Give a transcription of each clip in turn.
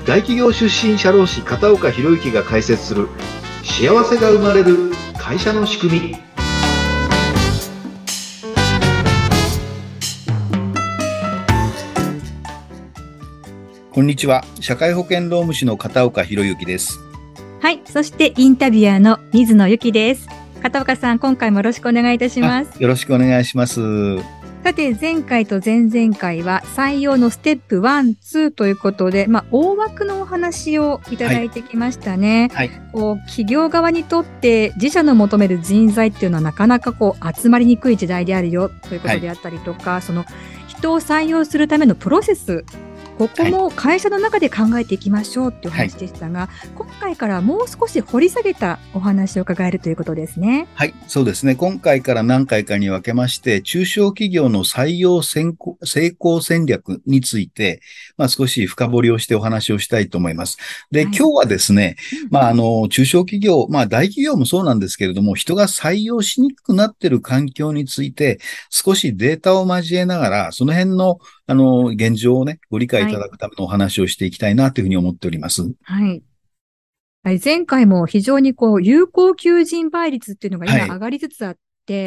大企業出身社労士片岡博之が解説する幸せが生まれる会社の仕組み。こんにちは。社会保険労務士の片岡博之です。 はい、そしてインタビュアーの水野由紀です。片岡さん、今回もよろしくお願いいたします。 よろしくお願いします。 さて、前回と前々回は採用のステップ1、2ということで、大枠のお話をいただいてきましたね。 はい。 企業側にとって自社の求める人材っていうのはなかなか集まりにくい時代であるよということであったりとか、その人を採用するためのプロセス、ここも会社の中で考えていきましょうっていう話でしたが、今回からもう少し掘り下げたお話を伺えるということですね。 はい、そうですね。今回から何回かに分けまして、中小企業の採用成功戦略について、少し深掘りをしてお話をしたいと思います。で、今日はですね、中小企業、大企業もそうなんですけれども、人が採用しにくくなっている環境について、少しデータを交えながら、その辺の現状をね、ご理解いただくためのお話をしていきたいなというふうに思っております。 はい。前回も非常に有効求人倍率っていうのが今上がりつつあって、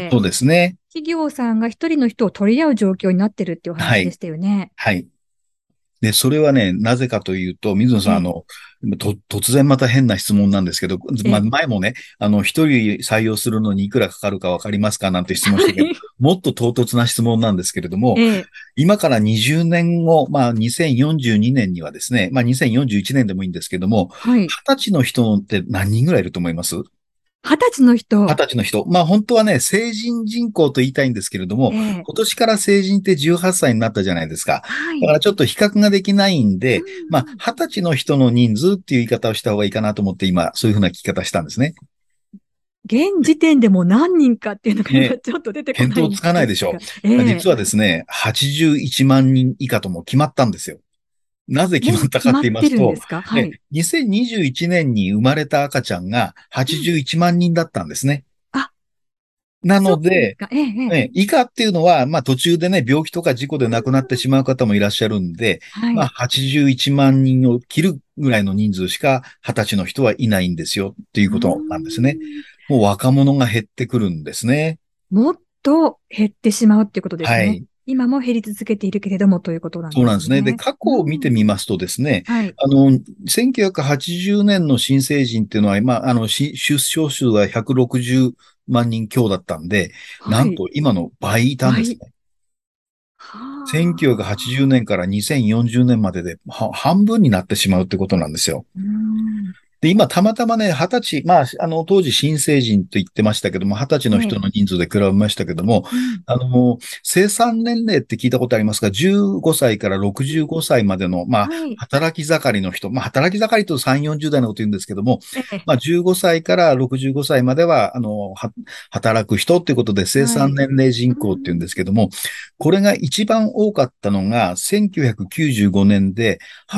そうですね。 企業さんが一人の人を取り合う状況になってるっていうお話でしたよね。 はい。で、それはね、なぜかというと、水野さん、突然また変な質問なんですけど、前もね、一人採用するのにいくらかかるかわかりますかなんて質問したけど、もっと唐突な質問なんですけれども、今から20年後、2042年にはですね、2041年でもいいんですけども、20歳の人って何人ぐらいいると思います？ 20歳の人。 20歳の人。本当はね、成人人口と言いたいんですけれども、今年から成人って18歳になったじゃないですか。だからちょっと比較ができないんで、20歳の人の人数っていう言い方をした方がいいかなと思って今、そういうふうな聞き方したんですね。 現時点でも何人かっていうのが今ちょっと出てこないんですが。 見当つかないでしょ。実はですね、81万人以下とも決まったんですよ。なぜ決まったかって言いますと、2021年に生まれた赤ちゃんが81万人だったんですね。なので、以下っていうのは、途中でね、病気とか事故で亡くなってしまう方もいらっしゃるんで、81万人を切るぐらいの人数しか20歳の人はいないんですよっていうことなんですね。もう若者が減ってくるんですね。 もっと減ってしまうっていうことですね。はい。今も減り続けているけれどもということなんですね。 そうなんですね。で、過去を見てみますとですね、1980年の新成人っていうのは、出生数は160万人強だったんで、なんと今の倍いたんですね。1980年から2040年までで半分になってしまうってことなんですよ。で、今、たまたまね、20歳、当時新成人と言ってましたけども、20歳の人の人数で比べましたけども、生産年齢って聞いたことありますか？15歳から65歳までの、働き盛りの人、働き盛りと3、40代のこと言うんですけども、15歳から65歳までは、働く人っていうことで生産年齢人口って言うんですけども、これが一番多かったのが、1995年で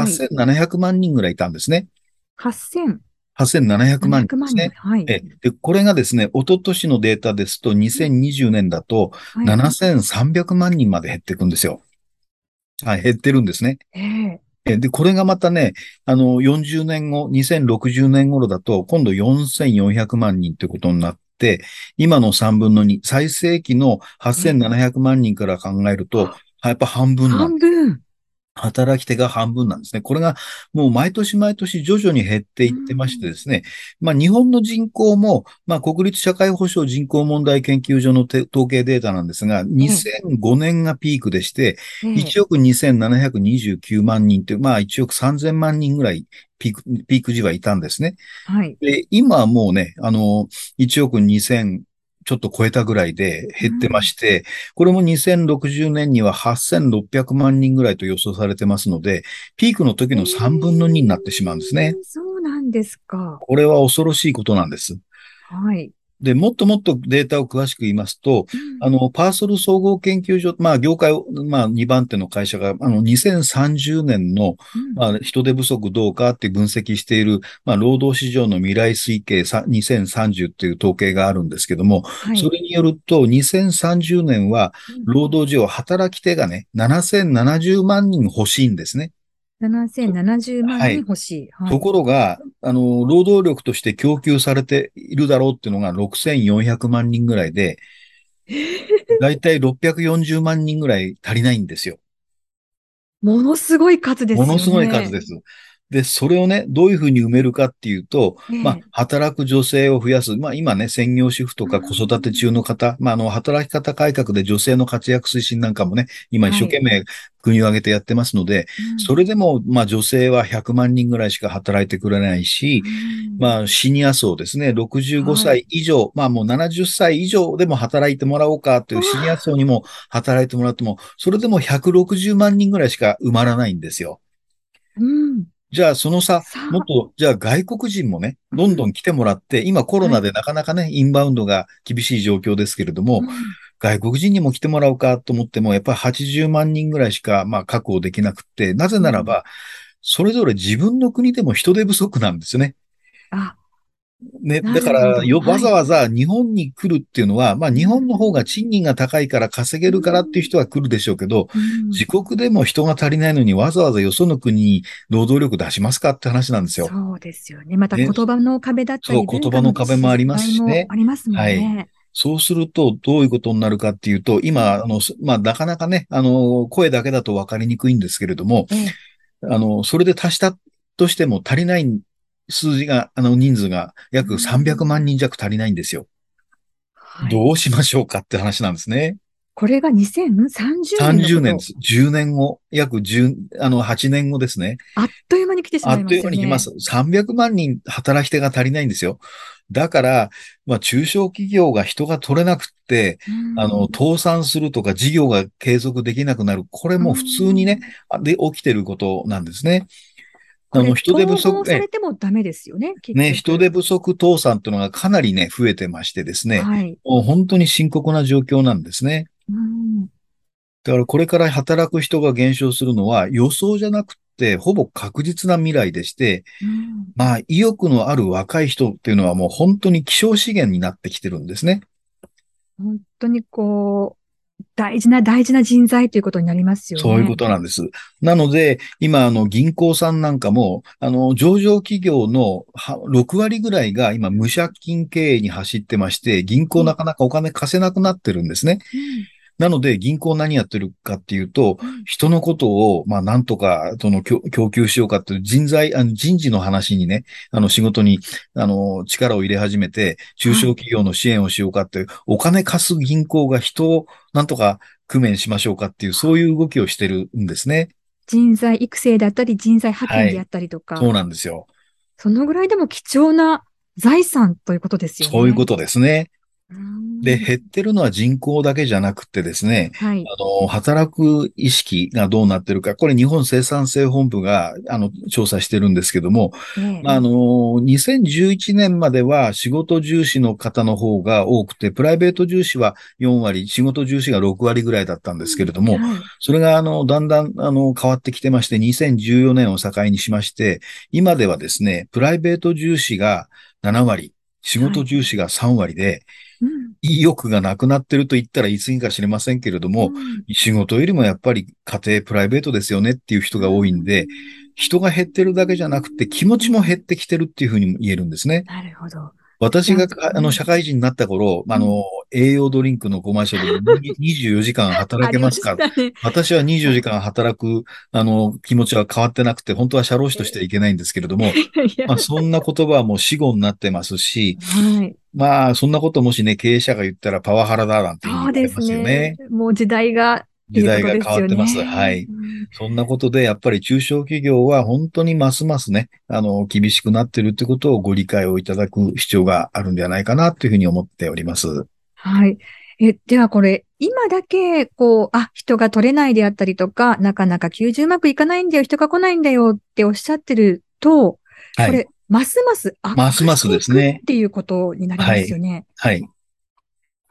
8700万人ぐらいいたんですね。8700万人ですね。で、これがですね、一昨年のデータですと、2020年だと、7300万人まで減っていくんですよ。減ってるんですね。で、これがまたね、40年後、2060年頃だと、今度4400万人ということになって、今の3分の2、最盛期の8700万人から考えると、やっぱ半分なんです。 半分。 働き手が半分なんですね。これがもう毎年毎年徐々に減っていってましてですね。日本の人口も、国立社会保障人口問題研究所の統計データなんですが、2005年がピークでして、1億2729万人という、1億3000万人ぐらいピーク時はいたんですね。で、今はもうね、1億2000ちょっと超えたぐらいで減ってまして、これも2060年には8600万人ぐらいと予想されてますので、ピークの時の3分の2になってしまうんですね。 そうなんですか。 これは恐ろしいことなんです。で、もっともっとデータを詳しく言いますと、パーソル総合研究所、業界、2番手の会社が、2030年の、人手不足どうかって分析している、労働市場の未来推計2030っていう統計があるんですけども、それによると、2030年は、労働需要、働き手がね、7070万人欲しいんですね。 7070万はい。 人欲しい。はとい。 ころが、労働力として供給されているだろうっていうのが6400万人ぐらいで、だいたい640万人ぐらい足りないんですよ。 ものすごい数ですよものすごい数ね。 です。で、それをね、どういうふうに埋めるかっていうと、 ええ。 働く女性を増やす。今ね、専業主婦とうーか子育て中ん。 の方、働き方改革で女性の活躍推進なんかもね、今一はい。 生懸命国を挙げてやってますので、 うん。 それでも、女性は100万人ぐらいしか働いてくれないうし、 ん。 シニア層ですね、65 はい。 歳以上、もう70歳以上でも働いてもらおうかというわうシニア層にも働いてもらっても、それでも160万人ぐらいしか埋まらないんですよ。 うん。 じゃあ、その差、 さあ、 もっと、じゃあ外国人もね、 うん。 どんどん来てもらって、今コロはい。 ナでなかなかね、インバウンドが厳しい状況ですけれども、 うん。 外国人にも来てもらおうかと思っても、やっぱり80万人ぐらいしか、確保できなくって、なぜうん。 ならば、それぞれ自分の国でも人手不足なんですよね。 あ、 ね、 なだからるほど。 わはい。 ざわざ日本に来るっていうのは、 うん。 日本の方が賃金が高いから稼げうるからっていうん。 人は来るでしょうけど、 うん。 自国でも人が足りないのにわざわざよその国に労働力出しますかって話なんですよ。 そうですよね。またね、 言葉の壁だったそう、 り、 言文化の葉の壁もあります違いもしね。 ありますもんはい。 ね。 そうすると、どういうことになるかっていうと、今、 うん。 なかなかね、声だけだと分かりにくいんですけれども、 ええ。 それで足したとしても足りない数字が、人数がう約300万ん。 人弱足りないんですよ。 はい。 どうしましょうかって話なんですね。 これが2030年の 30 こと。 年です。10年後、約10、8年後ですね。 あっという間に来てしまいまあっというすよね。 間に来ます。300万人働き手が足りないんですよ。だから、中小企業が人が取れなくって、 うん。 倒産するとか事業が継続できなくなる。これうも普通にね、 ん。 で、起きてることなんですね。 これ、 人手不統合足、 されてもダメですよね、結ね、人局。 手不足倒産っていうのがかなりね、増えてましてですね、 はい。 もう本当に深刻な状況なんですね。 うん。 だからこれから働く人が減少するのは予想じゃなくて、ほぼ確実な未来でして、 うん。 意欲のある若い人っていうのはもう本当に希少資源になってきてるんですね。 本当にこう、大事な大事な人材ということになりますよそういうね。 ことなんです。なので、今、銀行さんなんかも、上場企業の6割ぐらいが今、無借金経営に走ってまして、銀行なえ、 かなかお金貸せなくなってるんですね。 うん。 なので、銀行何やってるかっていうと、 うん。 人のことを、なんとか、供給しようかっていう人材、人事の話にね、仕事に、力を入れ始めて、中はい。 小企業の支援をしようかっていう、お金貸す銀行が人をなんとか工面しましょうかっていう、そういう動きをしてるんですね。 人材育成だったり、人材派はい。 遣であったりとか、 そうなんですよ。 そのぐらいでも貴重な財産ということですよね。 そういうことですね。 うーで、 ん。 減ってるのは人口だけじゃなくてですね、 はい。 働く意識がどうなってるか、これ日本生産性本部が、調査してるんですけども、 ええ。 2011年までは仕事重視の方の方が多くて、プライベート重視は4割、仕事重視が6割ぐらいだったんですけうん。 れども、 はい。 それが、だんだん、変わってきてまして、2014年を境にしまして、今ではですね、プライベート重視が7割、仕はい。 事重視が3割で、 うん。 意欲がなくなってると言ったら言い過ぎか知れませんけれども、 うん。 仕事よりもやっぱり家庭、プライベートですよねっていう人うが多いんで、 ん。 人が減ってるだけじゃなくて気持ちも減ってきてるっていうふうにも言えるんですね。 なるほど。じゃあ、 私が、 うん。 社会人になった頃、 うん。 栄養ドリンクのコマーシャルで24時間働ありまけますか？ したね。 私は24時間働く、気持ちは変わってなくて、本当は社労士としてはいけないんですけれども、 いやいや。 そんな言葉はもう死語になってますし、 はい。 そんなこともしね、経営者が言ったらパワハラだなんていうふうにそうで言われますよすね。 ね。 もう時代がっていうこ時代がとですよ変わってます。はね。 い。 うん。 そんなことで、やっぱり中小企業は本当にますますね、厳しくなっているということをご理解をいただく必要があるんではないかなというふうに思っております。 はい。ではこれ、今だけ、人が取れないであったりとか、なかなか求人うまくいかないんだよ、人が来ないんだよっておっしゃってると、 はい。 これ、ますます悪ますます化していくっですね。 ていうことになりはい。 ますよね。 はい。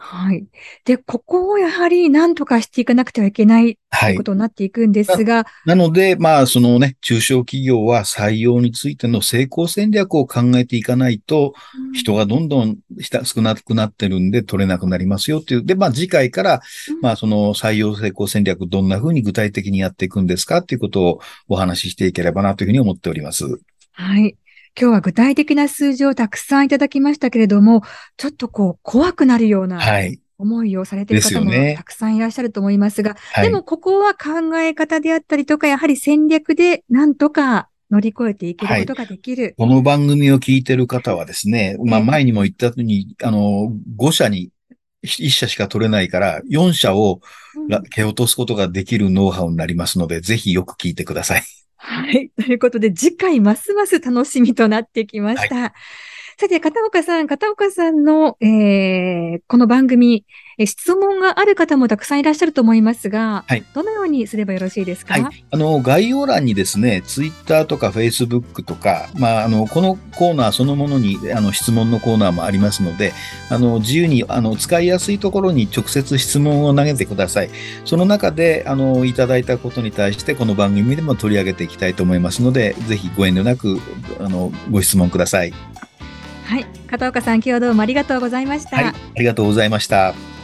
はい。で、ここをやはり何とかしていかなくてはいけないとはい。 いうことになっていくんですが、 なので、そのね、中小企業は採用についての成功戦略を考えていかないと、 うん、 人がどんどん少なくなってるんで取れなくなりますよっていう。で、次回から、 うん、 その採用成功戦略どんな風に具体的にやっていくんですかっていうことをお話ししていければなというふうに思っております。 はい。今日は具体的な数字をたくさんいただきましたけれども、ちょっと怖くなるようなはい。 思いをされていでする方よね。 もたくさんいらっしゃると思いますが、 はい。 でもここは考え方であったりとか、やはり戦略でなんとか乗り越えていけるはい。 ことができる。 この番組を聞いてる方はですね、 え、 前にも言ったように、5社に1社しか取れないから、4社をうん、 蹴落とすことができるノウハウになりますので、ぜひよく聞いてください。 はい。ということで、次回ますます楽しみとなってきまはい。 した。さて、片岡さんの、この番組、質問がある方もたくさんいらっしゃると思いますが、 はい。 どのようにすればよろしいですはい。 か？ 概要欄にですね、ツイッターとかフェイスブックとか、このコーナーそのものに、質問のコーナーもありますので、自由に、使いやすいところに直接質問を投げてください。その中で、いただいたことに対して、この番組でも取り上げていきたいと思いますので、ぜひご遠慮なく、ご質問ください。 はい。片岡さん、今日はどうもありがとうございましはい。 た。 ありがとうございました。